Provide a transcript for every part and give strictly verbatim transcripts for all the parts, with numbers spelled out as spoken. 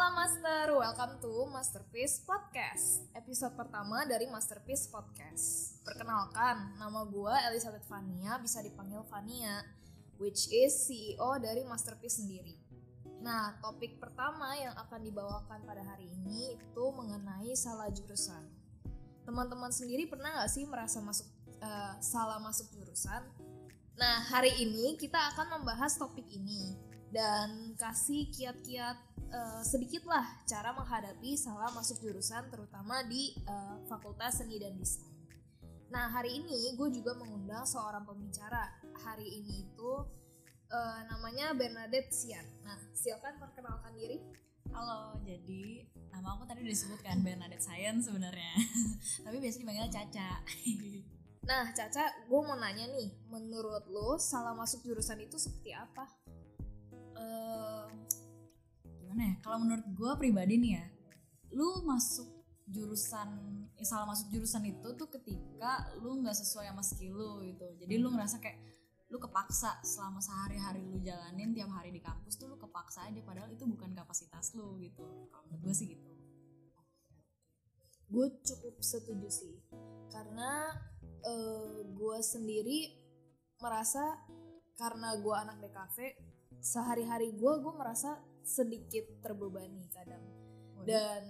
Halo Master, welcome to Masterpiece Podcast. Episode pertama dari Masterpiece Podcast. Perkenalkan, nama gue Elizabeth Fania, bisa dipanggil Fania, which is C E O dari Masterpiece sendiri. Nah, topik pertama yang akan dibawakan pada hari ini itu mengenai salah jurusan. Teman-teman sendiri pernah gak sih merasa masuk uh, salah masuk jurusan? Nah, hari ini kita akan membahas topik ini dan kasih kiat-kiat Uh, sedikit lah cara menghadapi salah masuk jurusan terutama di uh, Fakultas Seni dan Desain. Nah, hari ini gue juga mengundang seorang pembicara. Hari ini itu uh, namanya Bernadette Sian. Nah, silakan perkenalkan diri. Halo, jadi nama aku tadi udah disebutkan Bernadette Sian sebenarnya. Tapi biasa dipanggil Caca. Nah, Caca, gue mau nanya nih, menurut lo salah masuk jurusan itu seperti apa? Uh, Gimana ya? Kalau menurut gue pribadi nih ya, lu masuk jurusan, ya salah masuk jurusan itu tuh ketika lu nggak sesuai sama skill lu gitu. Jadi lu ngerasa kayak lu kepaksa selama sehari-hari lu jalanin tiap hari di kampus tuh lu kepaksa aja, padahal itu bukan kapasitas lu gitu. Kalau menurut gue sih gitu. Gue cukup setuju sih, karena uh, gue sendiri merasa karena gue anak D K V, sehari-hari gue gue merasa sedikit terbebani kadang. Dan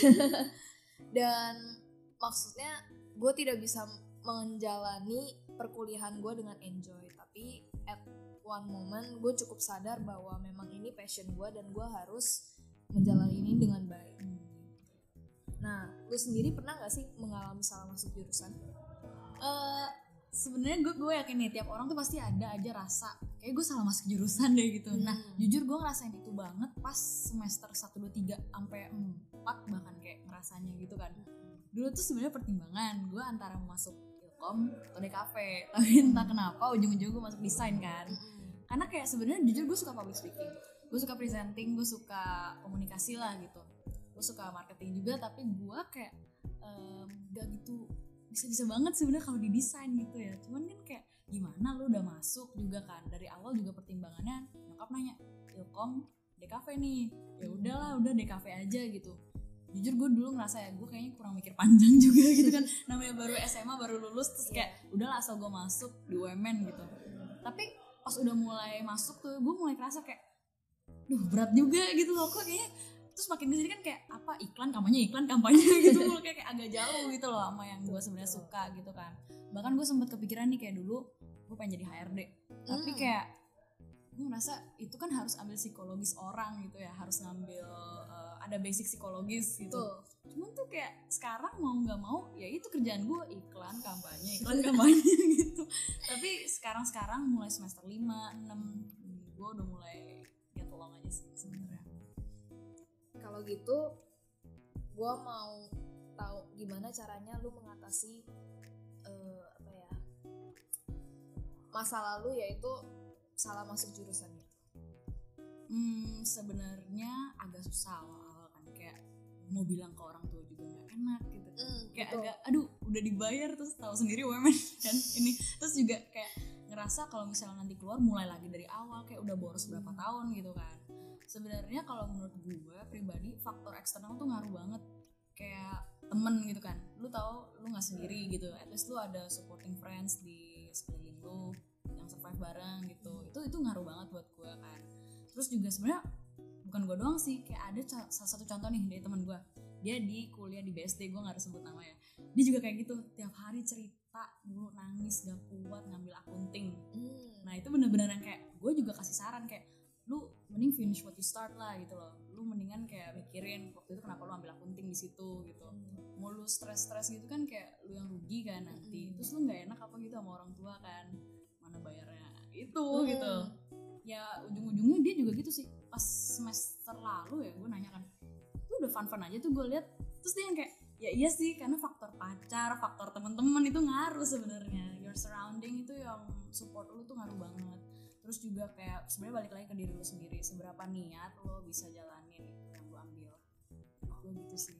dan maksudnya gue tidak bisa menjalani perkuliahan gue dengan enjoy, tapi at one moment gue cukup sadar bahwa memang ini passion gue dan gue harus menjalani ini dengan baik. Nah, lu sendiri pernah gak sih mengalami salah masuk jurusan? Uh, Sebenarnya gue gue yakin nih tiap orang tuh pasti ada aja rasa kayak gue salah masuk jurusan deh gitu. Hmm. Nah, jujur gue ngerasain itu banget pas semester satu, dua, tiga sampai empat bahkan kayak ngerasanya gitu kan. Dulu tuh sebenarnya pertimbangan gue antara mau masuk Ilkom atau D K V, tapi entah kenapa ujung-ujung gue masuk desain kan. Karena kayak sebenarnya jujur gue suka public speaking, gue suka presenting, gue suka komunikasi lah gitu. Gue suka marketing juga, tapi gue kayak um, gak gitu bisa-bisa banget sebenarnya kalau di desain gitu ya. Cuman kan kayak gimana lu udah masuk juga kan, dari awal juga pertimbangannya nyokap nanya Ilkom D K V nih, ya udahlah udah D K V aja gitu. Jujur gue dulu ngerasa ya gue kayaknya kurang mikir panjang juga gitu kan, namanya baru S M A baru lulus terus kayak udahlah asal gue masuk di U M N gitu. Tapi pas udah mulai masuk tuh gue mulai kerasa kayak duh berat juga gitu loh, kok kayaknya. Terus makin kesini kan kayak apa iklan kampanye iklan kampanye gitu kayak, kayak agak jauh gitu loh sama yang gue sebenarnya suka gitu kan. Bahkan gue sempat kepikiran nih kayak dulu gue pengen jadi H R D, tapi kayak gue ngerasa itu kan harus ambil psikologis orang gitu ya, harus ngambil uh, ada basic psikologis gitu. Tuh. Cuman tuh kayak sekarang mau nggak mau ya itu kerjaan gue iklan kampanye iklan kampanye gitu. Tapi sekarang sekarang mulai semester lima, enam gue udah mulai get along aja sih sebenarnya. Kalau gitu, gue mau tahu gimana caranya lu mengatasi uh, apa ya masa lalu yaitu salah masuk jurusan itu. Hmm, sebenarnya agak susah awal-awal kan, kayak mau bilang ke orang tua juga nggak enak gitu. Mm, kayak betul. Agak, aduh udah dibayar terus tahu sendiri U M N kan ini, terus juga kayak ngerasa kalau misalnya nanti keluar mulai lagi dari awal kayak udah boros berapa tahun gitu kan. Sebenarnya kalau menurut gue pribadi faktor eksternal tuh ngaruh banget, kayak temen gitu kan, lu tahu lu nggak sendiri gitu, at least lu ada supporting friends di sekeliling lu yang survive bareng gitu, itu itu ngaruh banget buat gue kan. Terus juga sebenarnya bukan gue doang sih, kayak ada c- salah satu contoh nih dari temen gue, dia di kuliah di B S D, gue nggak harus sebut nama ya, dia juga kayak gitu tiap hari cerita dulu nangis gak kuat ngambil akunting. hmm. Nah itu bener-bener yang kayak gue juga kasih saran kayak lu mending finish what you start lah gitu loh. Lu mendingan kayak mikirin waktu itu kenapa lu ambil akunting di situ gitu. Hmm. Mau lu stres-stres gitu kan kayak lu yang rugi kan nanti. Hmm. Terus lu nggak enak apa gitu sama orang tua kan. Mana bayarnya itu hmm. gitu. Ya ujung-ujungnya dia juga gitu sih. Pas semester lalu ya gue nanya kan, lu udah fun-fun aja tuh gue lihat. Terus dia yang kayak ya iya sih karena faktor pacar, faktor teman-teman itu ngaruh sebenarnya. Your surrounding itu yang support lu tuh ngaruh banget. Terus juga kayak sebenarnya balik lagi ke diri lu sendiri, seberapa niat lo bisa jalanin itu yang lo ambil. Gue gitu sih.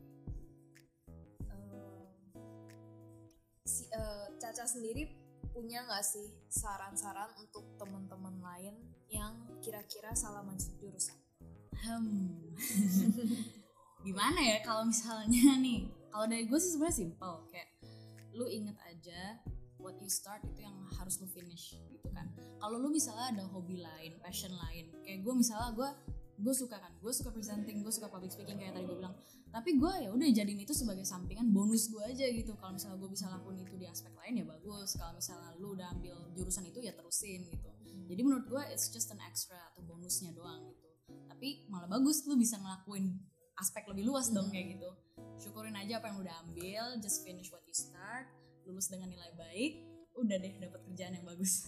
Uh, si, uh, Caca sendiri punya nggak sih saran-saran untuk teman-teman lain yang kira-kira salah masuk jurusan? Hmm. Gimana ya kalau misalnya nih, kalau dari gue sih sebenarnya simple, kayak lu inget aja what you start itu yang harus lu finish gitu kan. Kalau lu misalnya ada hobi lain, passion lain, kayak gue misalnya gue gue suka kan, gue suka presenting, gue suka public speaking kayak tadi gue bilang, tapi gue ya udah jadiin itu sebagai sampingan bonus gue aja gitu. Kalau misalnya gue bisa lakuin itu di aspek lain ya bagus, kalau misalnya lu udah ambil jurusan itu ya terusin gitu. Jadi menurut gue it's just an extra atau bonusnya doang gitu, tapi malah bagus lu bisa ngelakuin aspek lebih luas dong kayak gitu. Syukurin aja apa yang lu udah ambil, just finish what you start, lulus dengan nilai baik, udah deh dapat kerjaan yang bagus.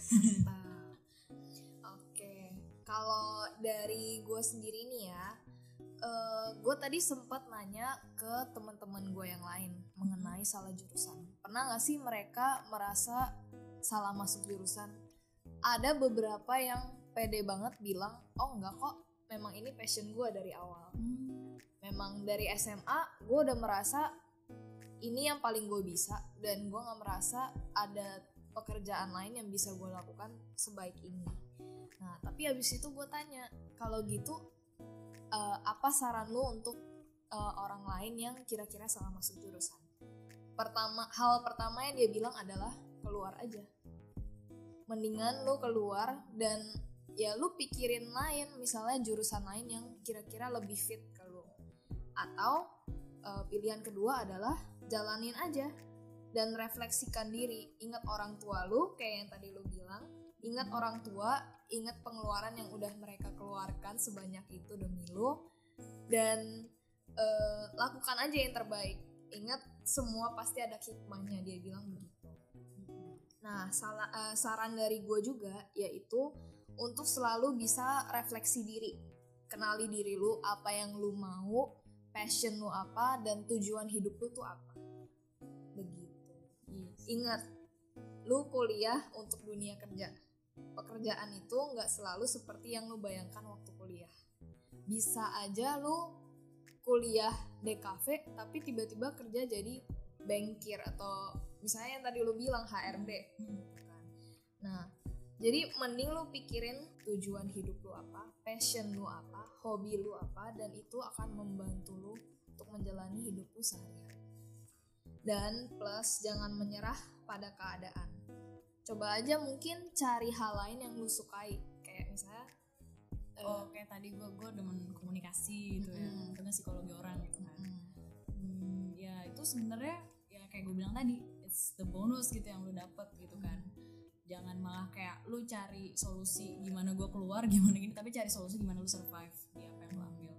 Oke, kalau dari gue sendiri nih ya, uh, gue tadi sempat nanya ke teman-teman gue yang lain mengenai salah jurusan. Pernah nggak sih mereka merasa salah masuk jurusan? Ada beberapa yang pede banget bilang, oh enggak kok, memang ini passion gue dari awal. Memang dari S M A gue udah merasa ini yang paling gue bisa, dan gue gak merasa ada pekerjaan lain yang bisa gue lakukan sebaik ini. Nah tapi habis itu gue tanya, kalau gitu uh, apa saran lu untuk uh, orang lain yang kira-kira salah masuk jurusan? Pertama, hal pertama yang dia bilang adalah keluar aja. Mendingan lu keluar dan ya lu pikirin lain, misalnya jurusan lain yang kira-kira lebih fit ke lu. Atau uh, pilihan kedua adalah jalanin aja dan refleksikan diri. Ingat orang tua lu, kayak yang tadi lu bilang, ingat orang tua, ingat pengeluaran yang udah mereka keluarkan sebanyak itu demi lu, dan uh, lakukan aja yang terbaik. Ingat semua pasti ada hikmahnya, dia bilang begitu. Nah salah, uh, saran dari gue juga yaitu untuk selalu bisa refleksi diri, kenali diri lu, apa yang lu mau, passion lu apa, dan tujuan hidup lu tuh apa. Begitu. Yes. Ingat, lu kuliah untuk dunia kerja. Pekerjaan itu gak selalu seperti yang lu bayangkan waktu kuliah. Bisa aja lu kuliah D K V tapi tiba-tiba kerja jadi bankir, atau misalnya yang tadi lu bilang H R D. Nah jadi mending lu pikirin tujuan hidup lu apa, passion lu apa, hobi lu apa, dan itu akan membantu lu untuk menjalani hidup lu sehari-hari. Dan plus jangan menyerah pada keadaan. Coba aja mungkin cari hal lain yang lu sukai, kayak misalnya oh uh, kayak tadi gue gue demen komunikasi gitu mm-hmm. ya, karena psikologi orang gitu kan. Mm-hmm. Hmm, ya itu sebenarnya ya kayak gue bilang tadi, it's the bonus gitu yang lu dapet gitu kan. Jangan malah kayak lu cari solusi gimana gue keluar, gimana gini, tapi cari solusi gimana lu survive di apa yang lu ambil.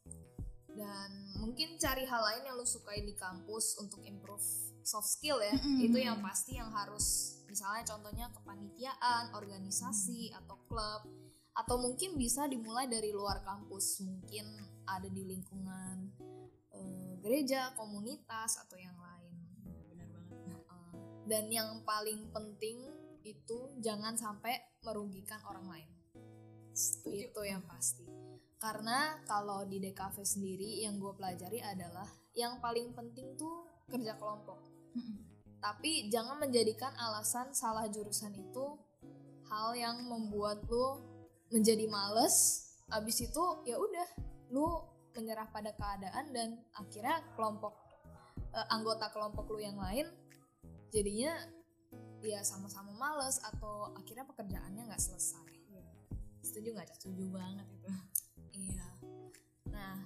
Dan mungkin cari hal lain yang lu sukai di kampus untuk improve soft skill ya. Mm-hmm. Itu yang pasti yang harus, misalnya contohnya kepanitiaan, organisasi, mm-hmm. atau klub. Atau mungkin bisa dimulai dari luar kampus, mungkin ada di lingkungan uh, gereja, komunitas, atau yang lain. Benar banget. Uh, dan yang paling penting itu jangan sampai merugikan orang lain. Setuju. Itu yang pasti. Karena kalau di D K V sendiri yang gue pelajari adalah yang paling penting tuh kerja kelompok. Mm-hmm. Tapi jangan menjadikan alasan salah jurusan itu hal yang membuat lu menjadi males. Abis itu ya udah lu menyerah pada keadaan, dan akhirnya kelompok eh, anggota kelompok lu yang lain jadinya ya sama-sama males, atau akhirnya pekerjaannya nggak selesai. Setuju nggak, Cak? Setuju banget itu. Iya. Nah,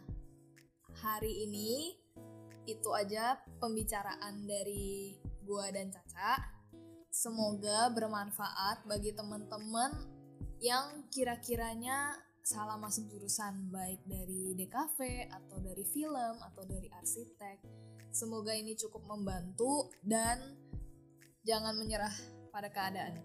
hari ini itu aja pembicaraan dari gua dan Caca. Semoga bermanfaat bagi teman-teman yang kira-kiranya salah masuk jurusan, baik dari D K V atau dari film atau dari arsitek. Semoga ini cukup membantu dan jangan menyerah pada keadaan.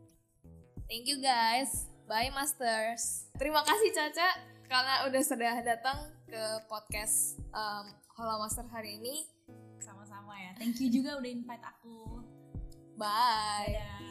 Thank you guys. Bye Masters. Terima kasih Caca karena udah sudah datang ke podcast um, Hola Master hari ini. Sama-sama ya. Thank you juga udah invite aku. Bye. Dadah.